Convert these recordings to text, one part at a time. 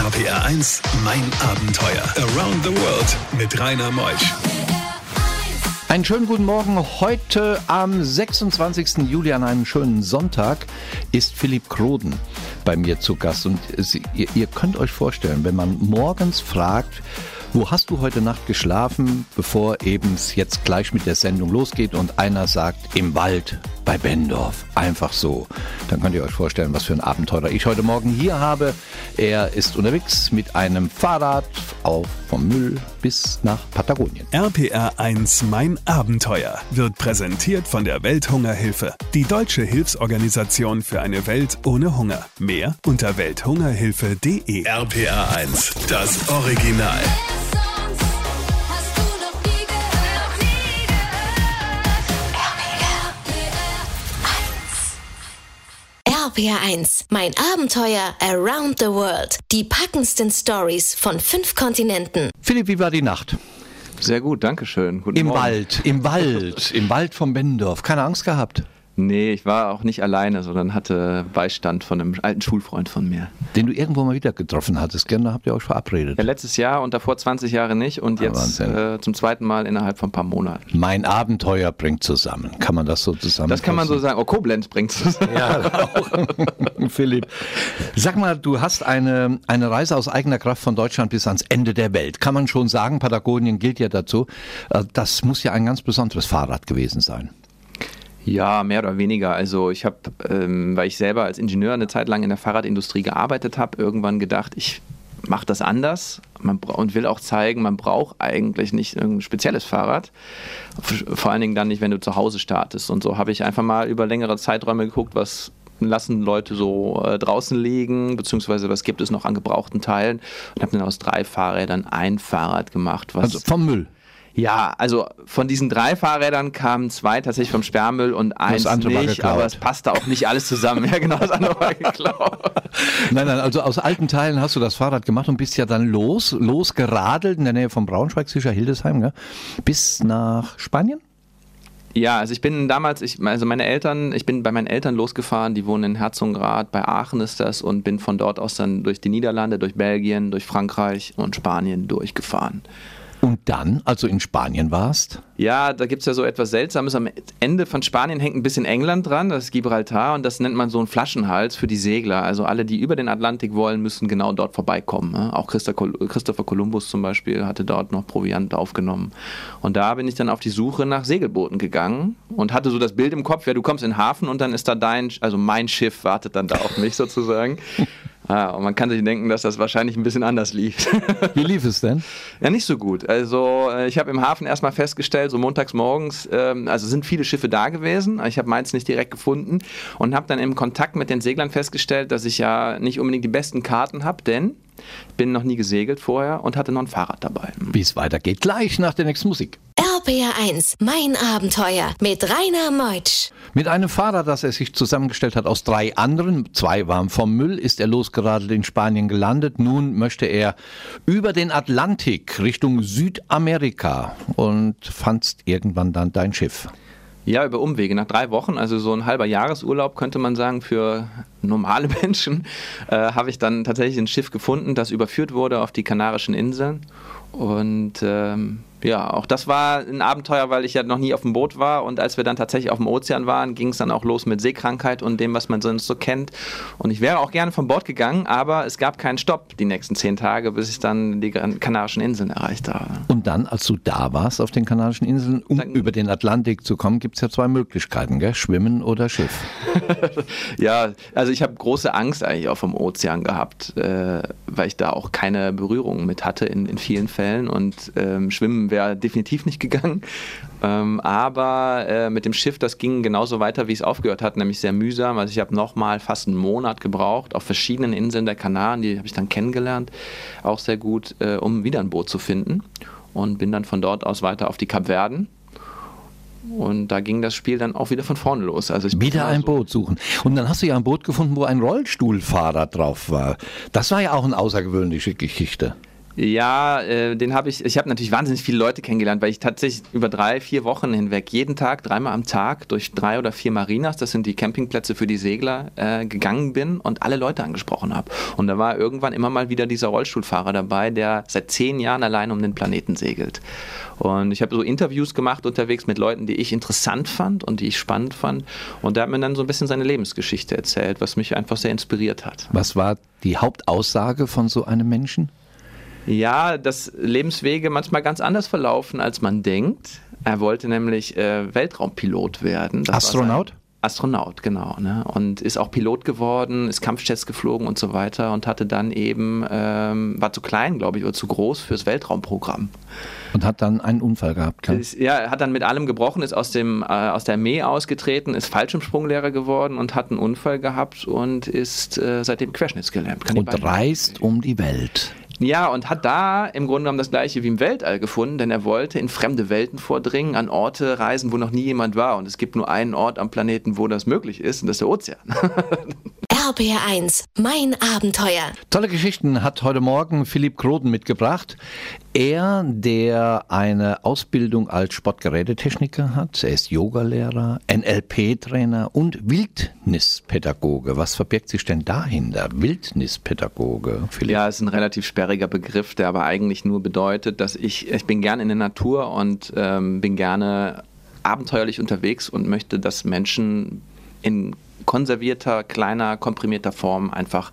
RPR 1, mein Abenteuer. Around the World mit Rainer Meusch. Einen schönen guten Morgen. Heute am 26. Juli, an einem schönen Sonntag, ist Philipp Kroden bei mir zu Gast. Und ihr könnt euch vorstellen, wenn man morgens fragt, wo hast du heute Nacht geschlafen, bevor eben es jetzt gleich mit der Sendung losgeht und einer sagt, im Wald bei Benndorf, einfach so. Dann könnt ihr euch vorstellen, was für ein Abenteurer ich heute Morgen hier habe. Er ist unterwegs mit einem Fahrrad vom Müll bis nach Patagonien. RPR 1, mein Abenteuer wird präsentiert von der Welthungerhilfe, die deutsche Hilfsorganisation für eine Welt ohne Hunger. Mehr unter welthungerhilfe.de. RPR 1, das Original. RPR 1, mein Abenteuer Around the World. Die packendsten Stories von 5 Kontinenten. Philipp, wie war die Nacht? Sehr gut, danke schön. Guten Morgen. Im Wald von Benndorf. Keine Angst gehabt? Nee, ich war auch nicht alleine, sondern hatte Beistand von einem alten Schulfreund von mir. Den du irgendwo mal wieder getroffen hattest, gerne habt ihr euch verabredet. Ja, letztes Jahr und davor 20 Jahre nicht und jetzt zum zweiten Mal innerhalb von ein paar Monaten. Mein Abenteuer bringt zusammen. Kann man das so zusammenfassen? Das kann man so sagen. Oh, Koblenz bringt zusammen. Ja, auch. Philipp, sag mal, du hast eine Reise aus eigener Kraft von Deutschland bis ans Ende der Welt. Kann man schon sagen, Patagonien gilt ja dazu. Das muss ja ein ganz besonderes Fahrrad gewesen sein. Ja, mehr oder weniger. Also ich habe, weil ich selber als Ingenieur eine Zeit lang in der Fahrradindustrie gearbeitet habe, irgendwann gedacht, ich mache das anders und will auch zeigen, man braucht eigentlich nicht ein spezielles Fahrrad. Vor allen Dingen dann nicht, wenn du zu Hause startest. Und so habe ich einfach mal über längere Zeiträume geguckt, was lassen Leute so draußen liegen, beziehungsweise was gibt es noch an gebrauchten Teilen, und habe dann aus 3 Fahrrädern ein Fahrrad gemacht. Also vom Müll? Ja, also von diesen 3 Fahrrädern kamen 2 tatsächlich vom Sperrmüll und 1 nicht, aber es passte auch nicht alles zusammen. Ja, genau, das andere war geklaut. Nein, also aus alten Teilen hast du das Fahrrad gemacht und bist ja dann losgeradelt in der Nähe von Braunschweig, sicher Hildesheim, ja, bis nach Spanien? Ja, also ich bin bei meinen Eltern losgefahren, die wohnen in Herzogenrath, bei Aachen ist das, und bin von dort aus dann durch die Niederlande, durch Belgien, durch Frankreich und Spanien durchgefahren. Und dann, als du in Spanien warst? Ja, da gibt es ja so etwas Seltsames. Am Ende von Spanien hängt ein bisschen England dran, das ist Gibraltar, und das nennt man so einen Flaschenhals für die Segler. Also alle, die über den Atlantik wollen, müssen genau dort vorbeikommen. Ne? Auch Christopher Columbus zum Beispiel hatte dort noch Proviant aufgenommen. Und da bin ich dann auf die Suche nach Segelbooten gegangen und hatte so das Bild im Kopf, ja, du kommst in den Hafen und dann ist da mein Schiff wartet dann da auf mich sozusagen. Ja, und man kann sich denken, dass das wahrscheinlich ein bisschen anders lief. Wie lief es denn? Ja, nicht so gut. Also ich habe im Hafen erstmal festgestellt, so montags morgens, also sind viele Schiffe da gewesen. Ich habe meins nicht direkt gefunden und habe dann im Kontakt mit den Seglern festgestellt, dass ich ja nicht unbedingt die besten Karten habe, denn ich bin noch nie gesegelt vorher und hatte noch ein Fahrrad dabei. Wie es weitergeht, gleich nach der nächsten Musik. RPR 1, mein Abenteuer mit Rainer Meutsch. Mit einem Fahrrad, das er sich zusammengestellt hat aus 3 anderen, 2 waren vom Müll, ist er losgeradelt in Spanien gelandet. Nun möchte er über den Atlantik Richtung Südamerika und fandst irgendwann dann dein Schiff. Ja, über Umwege. Nach 3 Wochen, also so ein halber Jahresurlaub, könnte man sagen, für normale Menschen, habe ich dann tatsächlich ein Schiff gefunden, das überführt wurde auf die Kanarischen Inseln. Und ja, auch das war ein Abenteuer, weil ich ja noch nie auf dem Boot war, und als wir dann tatsächlich auf dem Ozean waren, ging es dann auch los mit Seekrankheit und dem, was man sonst so kennt. Und ich wäre auch gerne von Bord gegangen, aber es gab keinen Stopp die nächsten 10 Tage, bis ich dann die Kanarischen Inseln erreicht habe. Und dann, als du da warst auf den Kanarischen Inseln, um über den Atlantik zu kommen, gibt es ja 2 Möglichkeiten, gell? Schwimmen oder Schiff. Ja, also ich habe große Angst eigentlich auch vom Ozean gehabt, weil ich da auch keine Berührung mit hatte in vielen Fällen, und Schwimmen wäre definitiv nicht gegangen. Aber mit dem Schiff, das ging genauso weiter, wie es aufgehört hat, nämlich sehr mühsam. Also ich habe nochmal fast einen Monat gebraucht auf verschiedenen Inseln der Kanaren, die habe ich dann kennengelernt, auch sehr gut, um wieder ein Boot zu finden, und bin dann von dort aus weiter auf die Kapverden. Und da ging das Spiel dann auch wieder von vorne los. Also wieder ein Boot suchen. Und dann hast du ja ein Boot gefunden, wo ein Rollstuhlfahrer drauf war. Das war ja auch eine außergewöhnliche Geschichte. Ja, ich habe natürlich wahnsinnig viele Leute kennengelernt, weil ich tatsächlich über 3-4 Wochen hinweg jeden Tag, 3-mal am Tag durch 3 oder 4 Marinas, das sind die Campingplätze für die Segler, gegangen bin und alle Leute angesprochen habe. Und da war irgendwann immer mal wieder dieser Rollstuhlfahrer dabei, der seit 10 Jahren allein um den Planeten segelt. Und ich habe so Interviews gemacht unterwegs mit Leuten, die ich interessant fand und die ich spannend fand. Und der hat mir dann so ein bisschen seine Lebensgeschichte erzählt, was mich einfach sehr inspiriert hat. Was war die Hauptaussage von so einem Menschen? Ja, dass Lebenswege manchmal ganz anders verlaufen, als man denkt. Er wollte nämlich Weltraumpilot werden. Astronaut? Astronaut, genau. Ne? Und ist auch Pilot geworden, ist Kampfjets geflogen und so weiter und hatte dann eben, war zu klein, glaube ich, oder zu groß fürs Weltraumprogramm. Und hat dann einen Unfall gehabt, klar? Er hat dann mit allem gebrochen, ist aus der Armee ausgetreten, ist Fallschirmsprunglehrer geworden und hat einen Unfall gehabt und ist seitdem querschnittsgelähmt. Und reist um die Welt. Ja, und hat da im Grunde genommen das Gleiche wie im Weltall gefunden, denn er wollte in fremde Welten vordringen, an Orte reisen, wo noch nie jemand war. Und es gibt nur einen Ort am Planeten, wo das möglich ist, und das ist der Ozean. RBR1, mein Abenteuer. Tolle Geschichten hat heute Morgen Philipp Kroden mitgebracht. Er, der eine Ausbildung als Sportgerätetechniker hat, er ist Yogalehrer, NLP-Trainer und Wildnispädagoge. Was verbirgt sich denn dahinter? Wildnispädagoge, Philipp? Ja, es ist ein relativ sperriger Begriff, der aber eigentlich nur bedeutet, dass ich bin gerne in der Natur und bin gerne abenteuerlich unterwegs und möchte, dass Menschen in konservierter, kleiner, komprimierter Form einfach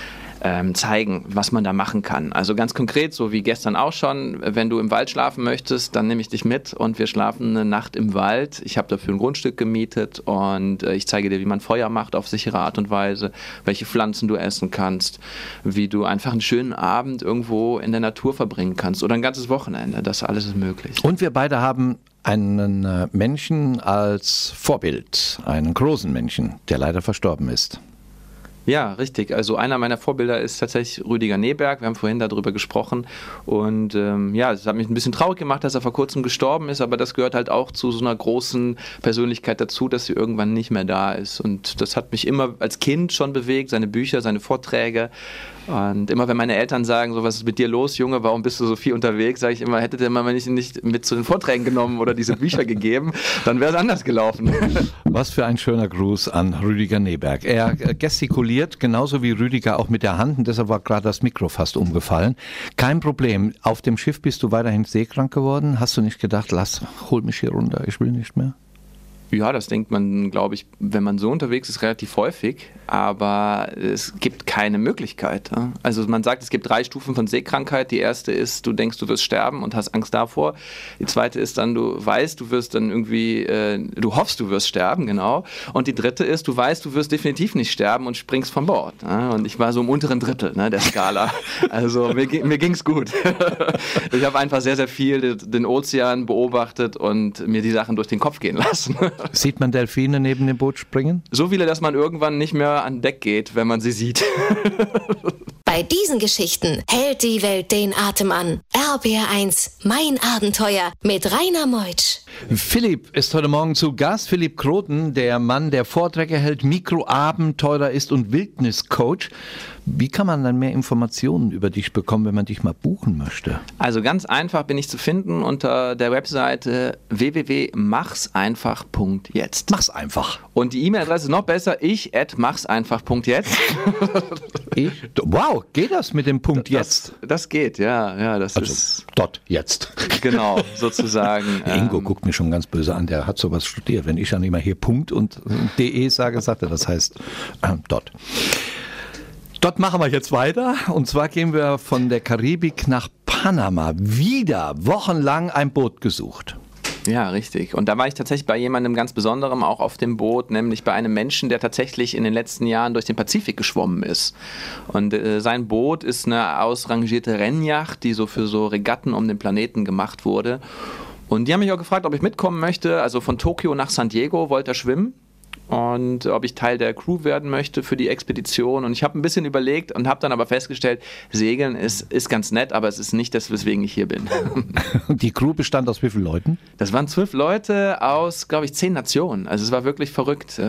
zeigen, was man da machen kann. Also ganz konkret, so wie gestern auch schon, wenn du im Wald schlafen möchtest, dann nehme ich dich mit und wir schlafen eine Nacht im Wald. Ich habe dafür ein Grundstück gemietet und ich zeige dir, wie man Feuer macht auf sichere Art und Weise, welche Pflanzen du essen kannst, wie du einfach einen schönen Abend irgendwo in der Natur verbringen kannst oder ein ganzes Wochenende. Das alles ist möglich. Und wir beide haben einen Menschen als Vorbild, einen großen Menschen, der leider verstorben ist. Ja, richtig. Also einer meiner Vorbilder ist tatsächlich Rüdiger Neberg. Wir haben vorhin darüber gesprochen und es hat mich ein bisschen traurig gemacht, dass er vor kurzem gestorben ist, aber das gehört halt auch zu so einer großen Persönlichkeit dazu, dass sie irgendwann nicht mehr da ist und das hat mich immer als Kind schon bewegt, seine Bücher, seine Vorträge und immer wenn meine Eltern sagen, so was ist mit dir los, Junge, warum bist du so viel unterwegs, sage ich immer, hättet ihr mal nicht mit zu den Vorträgen genommen oder diese Bücher gegeben, dann wäre es anders gelaufen. Was für ein schöner Gruß an Rüdiger Neberg. Er gestikuliert genauso wie Rüdiger auch mit der Hand und deshalb war gerade das Mikro fast umgefallen. Kein Problem. Auf dem Schiff bist du weiterhin seekrank geworden. Hast du nicht gedacht, hol mich hier runter, ich will nicht mehr? Ja, das denkt man, glaube ich, wenn man so unterwegs ist, relativ häufig, aber es gibt keine Möglichkeit. Also man sagt, es gibt 3 Stufen von Seekrankheit. Die erste ist, du denkst, du wirst sterben und hast Angst davor. Die zweite ist dann, du weißt, du wirst dann irgendwie, du hoffst, du wirst sterben, genau. Und die dritte ist, du weißt, du wirst definitiv nicht sterben und springst von Bord. Und ich war so im unteren Drittel der Skala. Also mir ging's gut. Ich habe einfach sehr, sehr viel den Ozean beobachtet und mir die Sachen durch den Kopf gehen lassen. Sieht man Delfine neben dem Boot springen? So viele, dass man irgendwann nicht mehr an Deck geht, wenn man sie sieht. Bei diesen Geschichten hält die Welt den Atem an. RBR1, mein Abenteuer mit Rainer Meutsch. Philipp ist heute Morgen zu Gast. Philipp Kroden, der Mann, der Vorträge hält, Mikroabenteurer ist und Wildniscoach. Wie kann man dann mehr Informationen über dich bekommen, wenn man dich mal buchen möchte? Also ganz einfach bin ich zu finden unter der Webseite www.machseinfach.jetzt. Mach's einfach. Und die E-Mail-Adresse ist noch besser, ich@machseinfach.jetzt. Wow, geht das mit dem Punkt jetzt? Das geht, ja. Das also, ist dort, jetzt. Genau, sozusagen. Ingo guckt mich schon ganz böse an, der hat sowas studiert. Wenn ich dann immer hier Punkt und de sage, sagt er, das heißt dort. Dort machen wir jetzt weiter und zwar gehen wir von der Karibik nach Panama. Wieder wochenlang ein Boot gesucht. Ja, richtig. Und da war ich tatsächlich bei jemandem ganz Besonderem auch auf dem Boot, nämlich bei einem Menschen, der tatsächlich in den letzten Jahren durch den Pazifik geschwommen ist. Und sein Boot ist eine ausrangierte Rennjacht, die so für so Regatten um den Planeten gemacht wurde. Und die haben mich auch gefragt, ob ich mitkommen möchte. Also von Tokio nach San Diego wollte er schwimmen. Und ob ich Teil der Crew werden möchte für die Expedition. Und ich habe ein bisschen überlegt und habe dann aber festgestellt, Segeln ist ganz nett, aber es ist nicht das, weswegen ich hier bin. Die Crew bestand aus wie vielen Leuten? Das waren 12 Leute aus, glaube ich, 10 Nationen. Also es war wirklich verrückt.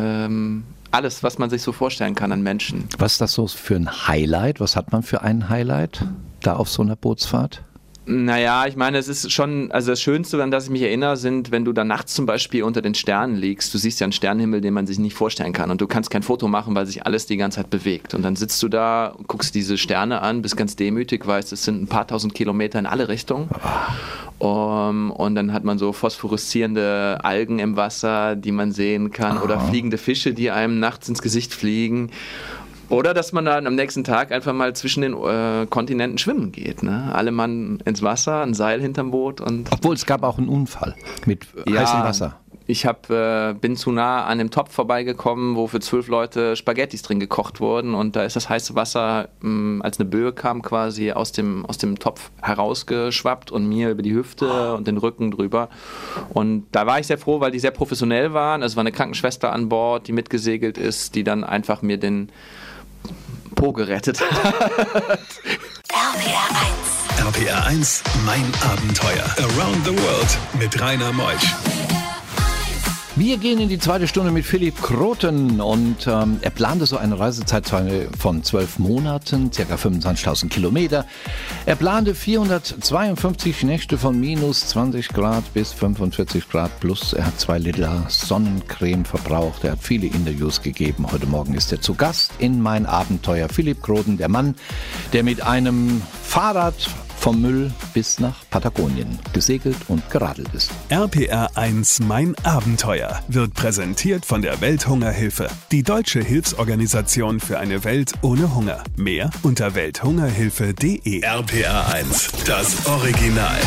Alles, was man sich so vorstellen kann an Menschen. Was ist das so für ein Highlight? Was hat man für ein Highlight? da auf so einer Bootsfahrt? Naja, ich meine, es ist schon, also das Schönste, an das ich mich erinnere, sind, wenn du da nachts zum Beispiel unter den Sternen liegst. Du siehst ja einen Sternenhimmel, den man sich nicht vorstellen kann und du kannst kein Foto machen, weil sich alles die ganze Zeit bewegt. Und dann sitzt du da, guckst diese Sterne an, bist ganz demütig, weißt, es sind ein paar tausend Kilometer in alle Richtungen. Und dann hat man so phosphoreszierende Algen im Wasser, die man sehen kann oder fliegende Fische, die einem nachts ins Gesicht fliegen. Oder dass man dann am nächsten Tag einfach mal zwischen den Kontinenten schwimmen geht. Ne? Alle Mann ins Wasser, ein Seil hinterm Boot. Obwohl es gab auch einen Unfall mit heißem Wasser. Ich bin zu nah an dem Topf vorbeigekommen, wo für 12 Leute Spaghettis drin gekocht wurden. Und da ist das heiße Wasser, als eine Böe kam, quasi aus dem Topf herausgeschwappt und mir über die Hüfte und den Rücken drüber. Und da war ich sehr froh, weil die sehr professionell waren. Es war eine Krankenschwester an Bord, die mitgesegelt ist, die dann einfach mir den Po gerettet hat. RPR 1, mein Abenteuer. Around the World mit Rainer Meutsch. Wir gehen in die zweite Stunde mit Philipp Kroten und er plante so eine Reisezeit von 12 Monaten, ca. 25.000 Kilometer. Er plante 452 Nächte von minus 20 Grad bis 45 Grad plus. Er hat 2 Liter Sonnencreme verbraucht. Er hat viele Interviews gegeben. Heute Morgen ist er zu Gast in mein Abenteuer. Philipp Kroten, der Mann, der mit einem Fahrrad vom Müll bis nach Patagonien gesegelt und geradelt ist. RPR 1 Mein Abenteuer wird präsentiert von der Welthungerhilfe, die deutsche Hilfsorganisation für eine Welt ohne Hunger. Mehr unter welthungerhilfe.de. RPR 1, das Original.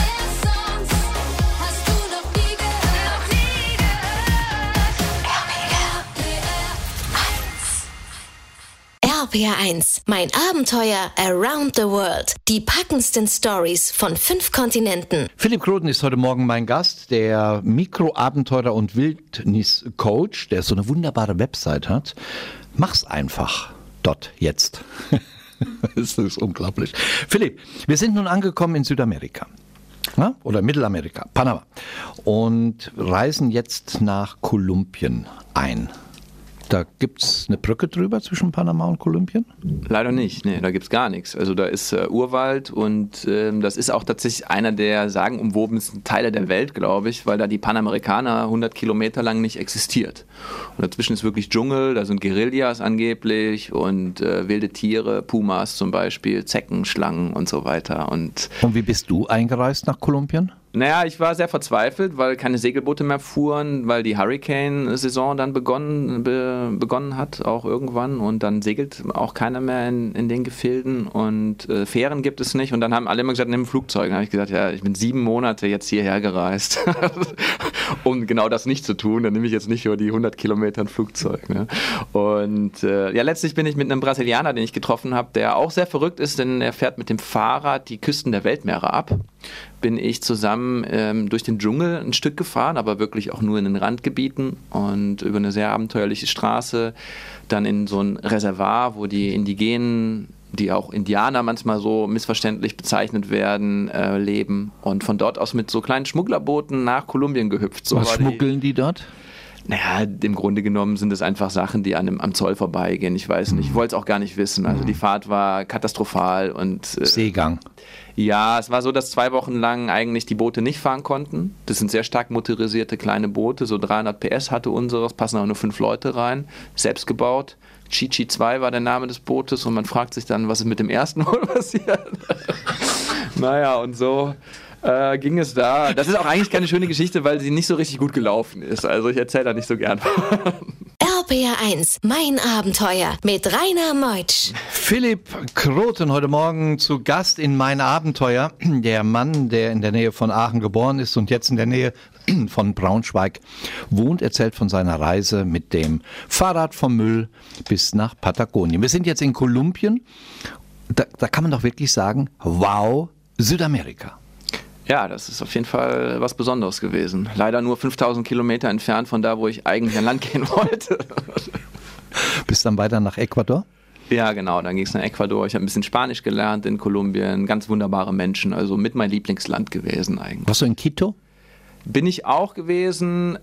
RPR 1, mein Abenteuer Around the World. Die packendsten Stories von 5 Kontinenten. Philipp Kroten ist heute Morgen mein Gast, der Mikroabenteurer und Wildniscoach, der so eine wunderbare Website hat. Mach's einfach. Jetzt. Das ist unglaublich. Philipp, wir sind nun angekommen in Südamerika. Ja? Oder Mittelamerika, Panama. Und reisen jetzt nach Kolumbien ein. Da gibt es eine Brücke drüber zwischen Panama und Kolumbien? Leider nicht, nee, da gibt es gar nichts. Also da ist Urwald und das ist auch tatsächlich einer der sagenumwobensten Teile der Welt, glaube ich, weil da die Panamerikaner 100 Kilometer lang nicht existiert. Und dazwischen ist wirklich Dschungel, da sind Guerillas angeblich und wilde Tiere, Pumas zum Beispiel, Zecken, Schlangen und so weiter. Und wie bist du eingereist nach Kolumbien? Naja, ich war sehr verzweifelt, weil keine Segelboote mehr fuhren, weil die Hurricane-Saison dann begonnen hat, auch irgendwann. Und dann segelt auch keiner mehr in den Gefilden und Fähren gibt es nicht. Und dann haben alle immer gesagt, nimm ein Flugzeug. Dann habe ich gesagt, ja, ich bin 7 Monate jetzt hierher gereist, um genau das nicht zu tun. Dann nehme ich jetzt nicht über die 100 Kilometer ein Flugzeug. Ne? Und letztlich bin ich mit einem Brasilianer, den ich getroffen habe, der auch sehr verrückt ist, denn er fährt mit dem Fahrrad die Küsten der Weltmeere ab. Bin ich zusammen durch den Dschungel ein Stück gefahren, aber wirklich auch nur in den Randgebieten und über eine sehr abenteuerliche Straße, dann in so ein Reservoir, wo die Indigenen, die auch Indianer manchmal so missverständlich bezeichnet werden, leben und von dort aus mit so kleinen Schmugglerbooten nach Kolumbien gehüpft. So was schmuggeln die dort? Naja, im Grunde genommen sind es einfach Sachen, die am Zoll vorbeigehen. Ich weiß nicht, ich wollte es auch gar nicht wissen. Also die Fahrt war katastrophal und Seegang. Ja, es war so, dass 2 Wochen lang eigentlich die Boote nicht fahren konnten. Das sind sehr stark motorisierte kleine Boote, so 300 PS hatte unseres, passen auch nur 5 Leute rein, selbst gebaut. Chichi 2 war der Name des Bootes und man fragt sich dann, was ist mit dem ersten wohl passiert? Naja, und so ging es da. Das ist auch eigentlich keine schöne Geschichte, weil sie nicht so richtig gut gelaufen ist. Also ich erzähle da nicht so gern. RPR 1, mein Abenteuer mit Rainer Meutsch. Philipp Kroten heute Morgen zu Gast in mein Abenteuer. Der Mann, der in der Nähe von Aachen geboren ist und jetzt in der Nähe von Braunschweig wohnt, erzählt von seiner Reise mit dem Fahrrad vom Müll bis nach Patagonien. Wir sind jetzt in Kolumbien. Da kann man doch wirklich sagen, wow, Südamerika. Ja, das ist auf jeden Fall was Besonderes gewesen. Leider nur 5000 Kilometer entfernt von da, wo ich eigentlich an Land gehen wollte. Bist dann weiter nach Ecuador? Ja, genau, dann ging es nach Ecuador. Ich habe ein bisschen Spanisch gelernt in Kolumbien. Ganz wunderbare Menschen, also mit mein Lieblingsland gewesen eigentlich. Warst du in Quito? Bin ich auch gewesen.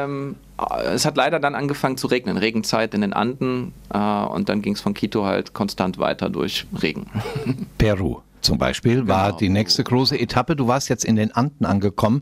Es hat leider dann angefangen zu regnen. Regenzeit in den Anden. Und dann ging es von Quito halt konstant weiter durch Regen. Peru. zum Beispiel war die nächste große Etappe. Du warst jetzt in den Anden angekommen.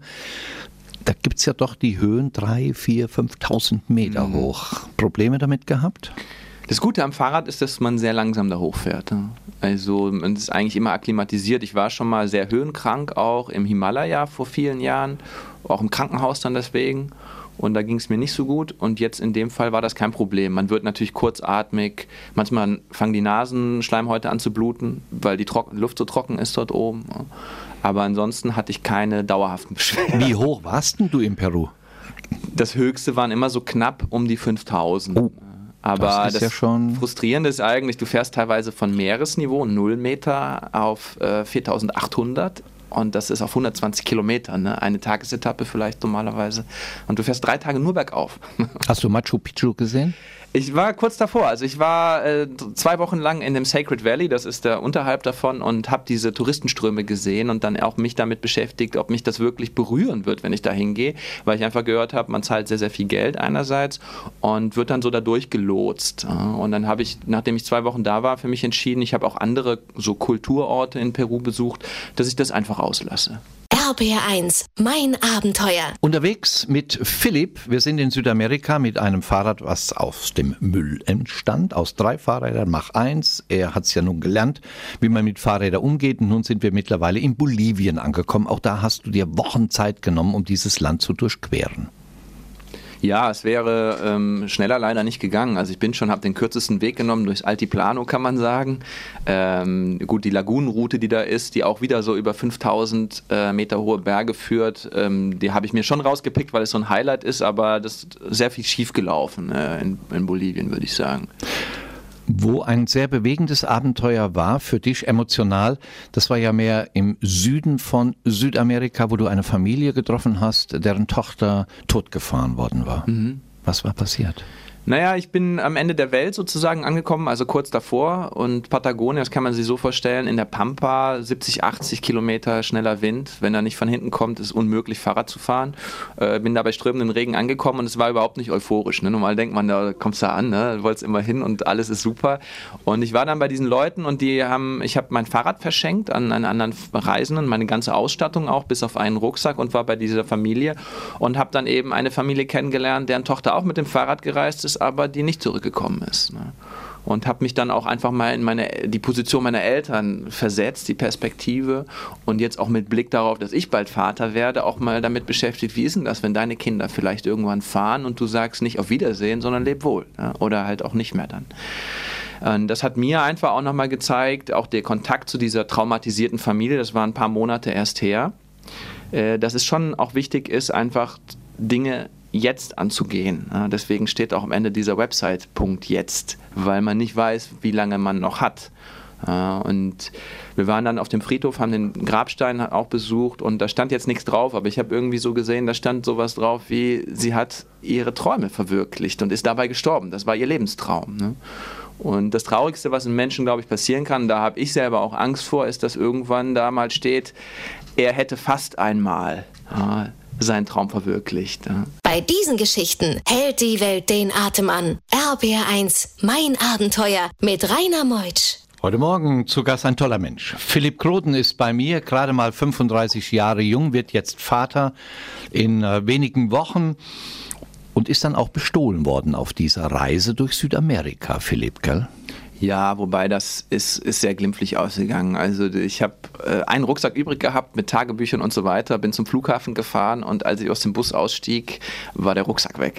Da gibt es ja doch die Höhen 3.000, 4.000, 5.000 Meter hoch. Probleme damit gehabt? Das Gute am Fahrrad ist, dass man sehr langsam da hochfährt. Also man ist eigentlich immer akklimatisiert. Ich war schon mal sehr höhenkrank, auch im Himalaya vor vielen Jahren, auch im Krankenhaus dann deswegen. Und da ging es mir nicht so gut. Und jetzt in dem Fall war das kein Problem. Man wird natürlich kurzatmig. Manchmal fangen die Nasenschleimhäute an zu bluten, weil die Luft so trocken ist dort oben. Aber ansonsten hatte ich keine dauerhaften Beschwerden. Wie hoch warst denn du in Peru? Das Höchste waren immer so knapp um die 5.000. Oh. Aber das ist ja schon Frustrierende ist eigentlich, du fährst teilweise von Meeresniveau 0 Meter auf 4.800 und das ist auf 120 Kilometer, ne? Eine Tagesetappe vielleicht normalerweise. Und du fährst 3 Tage nur bergauf. Hast du Machu Picchu gesehen? Ich war kurz davor, also ich war 2 Wochen lang in dem Sacred Valley, das ist der unterhalb davon, und habe diese Touristenströme gesehen und dann auch mich damit beschäftigt, ob mich das wirklich berühren wird, wenn ich da hingehe, weil ich einfach gehört habe, man zahlt sehr, sehr viel Geld einerseits und wird dann so da durchgelotst. Und dann habe ich, nachdem ich 2 Wochen da war, für mich entschieden, ich habe auch andere so Kulturorte in Peru besucht, dass ich das einfach auslasse. RBR1, mein Abenteuer. Unterwegs mit Philipp. Wir sind in Südamerika mit einem Fahrrad, was aus dem Müll entstand. Aus 3 Fahrrädern, mach 1. Er hat es ja nun gelernt, wie man mit Fahrrädern umgeht. Und nun sind wir mittlerweile in Bolivien angekommen. Auch da hast du dir Wochen Zeit genommen, um dieses Land zu durchqueren. Ja, es wäre schneller leider nicht gegangen. Also ich habe den kürzesten Weg genommen durchs Altiplano, kann man sagen. Gut, die Lagunenroute, die da ist, die auch wieder so über 5.000 Meter hohe Berge führt, die habe ich mir schon rausgepickt, weil es so ein Highlight ist, aber das ist sehr viel schief gelaufen in Bolivien, würde ich sagen. Wo ein sehr bewegendes Abenteuer war für dich emotional, das war ja mehr im Süden von Südamerika, wo du eine Familie getroffen hast, deren Tochter totgefahren worden war. Mhm. Was war passiert? Naja, ich bin am Ende der Welt sozusagen angekommen, also kurz davor, und Patagonien, das kann man sich so vorstellen, in der Pampa, 70, 80 Kilometer schneller Wind, wenn er nicht von hinten kommt, ist unmöglich Fahrrad zu fahren. Bin da bei strömenden Regen angekommen und es war überhaupt nicht euphorisch. Ne? Normal denkt man, da kommst du an, ne? Du wolltest immer hin und alles ist super. Und ich war dann bei diesen Leuten und ich habe mein Fahrrad verschenkt an einen anderen Reisenden, meine ganze Ausstattung auch, bis auf einen Rucksack, und war bei dieser Familie und habe dann eben eine Familie kennengelernt, deren Tochter auch mit dem Fahrrad gereist ist, aber die nicht zurückgekommen ist. Ne? Und habe mich dann auch einfach mal in die Position meiner Eltern versetzt, die Perspektive, und jetzt auch mit Blick darauf, dass ich bald Vater werde, auch mal damit beschäftigt, wie ist denn das, wenn deine Kinder vielleicht irgendwann fahren und du sagst nicht auf Wiedersehen, sondern leb wohl, ne? Oder halt auch nicht mehr dann. Und das hat mir einfach auch nochmal gezeigt, auch der Kontakt zu dieser traumatisierten Familie, das war ein paar Monate erst her, dass es schon auch wichtig ist, einfach Dinge jetzt anzugehen. Deswegen steht auch am Ende dieser Website Punkt jetzt, weil man nicht weiß, wie lange man noch hat. Und wir waren dann auf dem Friedhof, haben den Grabstein auch besucht und da stand jetzt nichts drauf, aber ich habe irgendwie so gesehen, da stand sowas drauf wie, sie hat ihre Träume verwirklicht und ist dabei gestorben. Das war ihr Lebenstraum. Ne? Und das Traurigste, was einem Menschen, glaube ich, passieren kann, da habe ich selber auch Angst vor, ist, dass irgendwann da mal steht, er hätte fast einmal seinen Traum verwirklicht. Bei diesen Geschichten hält die Welt den Atem an. RBR1, mein Abenteuer mit Rainer Meutsch. Heute Morgen zu Gast ein toller Mensch. Philipp Kroden ist bei mir, gerade mal 35 Jahre jung, wird jetzt Vater in wenigen Wochen und ist dann auch bestohlen worden auf dieser Reise durch Südamerika, Philipp, gell? Ja, wobei das ist sehr glimpflich ausgegangen. Also ich habe einen Rucksack übrig gehabt mit Tagebüchern und so weiter, bin zum Flughafen gefahren und als ich aus dem Bus ausstieg, war der Rucksack weg.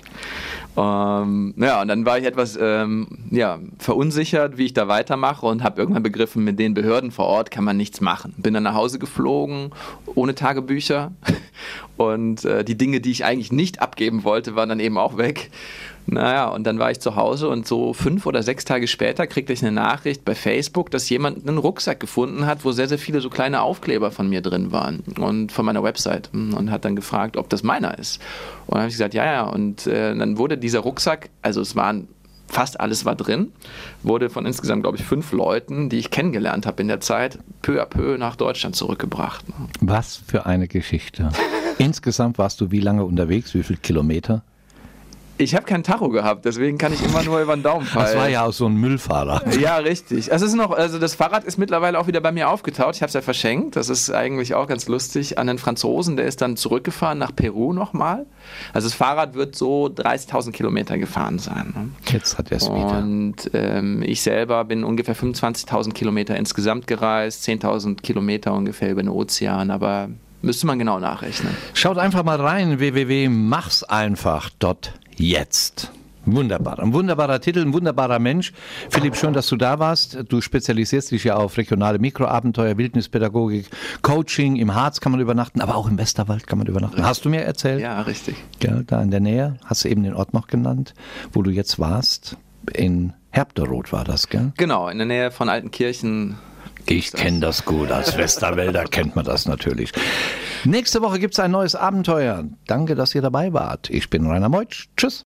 Und dann war ich etwas verunsichert, wie ich da weitermache, und habe irgendwann begriffen, mit den Behörden vor Ort kann man nichts machen. Bin dann nach Hause geflogen, ohne Tagebücher, und die Dinge, die ich eigentlich nicht abgeben wollte, waren dann eben auch weg. Naja, und dann war ich zu Hause und so 5 oder 6 Tage später kriegte ich eine Nachricht bei Facebook, dass jemand einen Rucksack gefunden hat, wo sehr, sehr viele so kleine Aufkleber von mir drin waren und von meiner Website, und hat dann gefragt, ob das meiner ist. Und dann habe ich gesagt, ja, und dann wurde dieser Rucksack, also fast alles war drin, wurde von insgesamt, glaube ich, 5 Leuten, die ich kennengelernt habe in der Zeit, peu à peu nach Deutschland zurückgebracht. Was für eine Geschichte. Insgesamt warst du wie lange unterwegs, wie viele Kilometer? Ich habe kein Tacho gehabt, deswegen kann ich immer nur über den Daumen fallen. Das war ja auch so ein Müllfahrer. Ja, richtig. Also das Fahrrad ist mittlerweile auch wieder bei mir aufgetaucht. Ich habe es ja verschenkt. Das ist eigentlich auch ganz lustig. An den Franzosen, der ist dann zurückgefahren nach Peru nochmal. Also das Fahrrad wird so 30.000 Kilometer gefahren sein. Ne? Jetzt hat er es wieder. Und ich selber bin ungefähr 25.000 Kilometer insgesamt gereist, 10.000 Kilometer ungefähr über den Ozean, aber müsste man genau nachrechnen. Schaut einfach mal rein, www.machseinfach.jetzt. Wunderbar. Ein wunderbarer Titel, ein wunderbarer Mensch. Philipp, schön, dass du da warst. Du spezialisierst dich ja auf regionale Mikroabenteuer, Wildnispädagogik, Coaching. Im Harz kann man übernachten, aber auch im Westerwald kann man übernachten. Richtig. Hast du mir erzählt? Ja, richtig. Ja, da in der Nähe. Hast du eben den Ort noch genannt, wo du jetzt warst? In Herpteroth war das, gell? Genau, in der Nähe von Altenkirchen. Ich kenne das gut. Als Westerwälder kennt man das natürlich. Nächste Woche gibt es ein neues Abenteuer. Danke, dass ihr dabei wart. Ich bin Rainer Meutsch. Tschüss.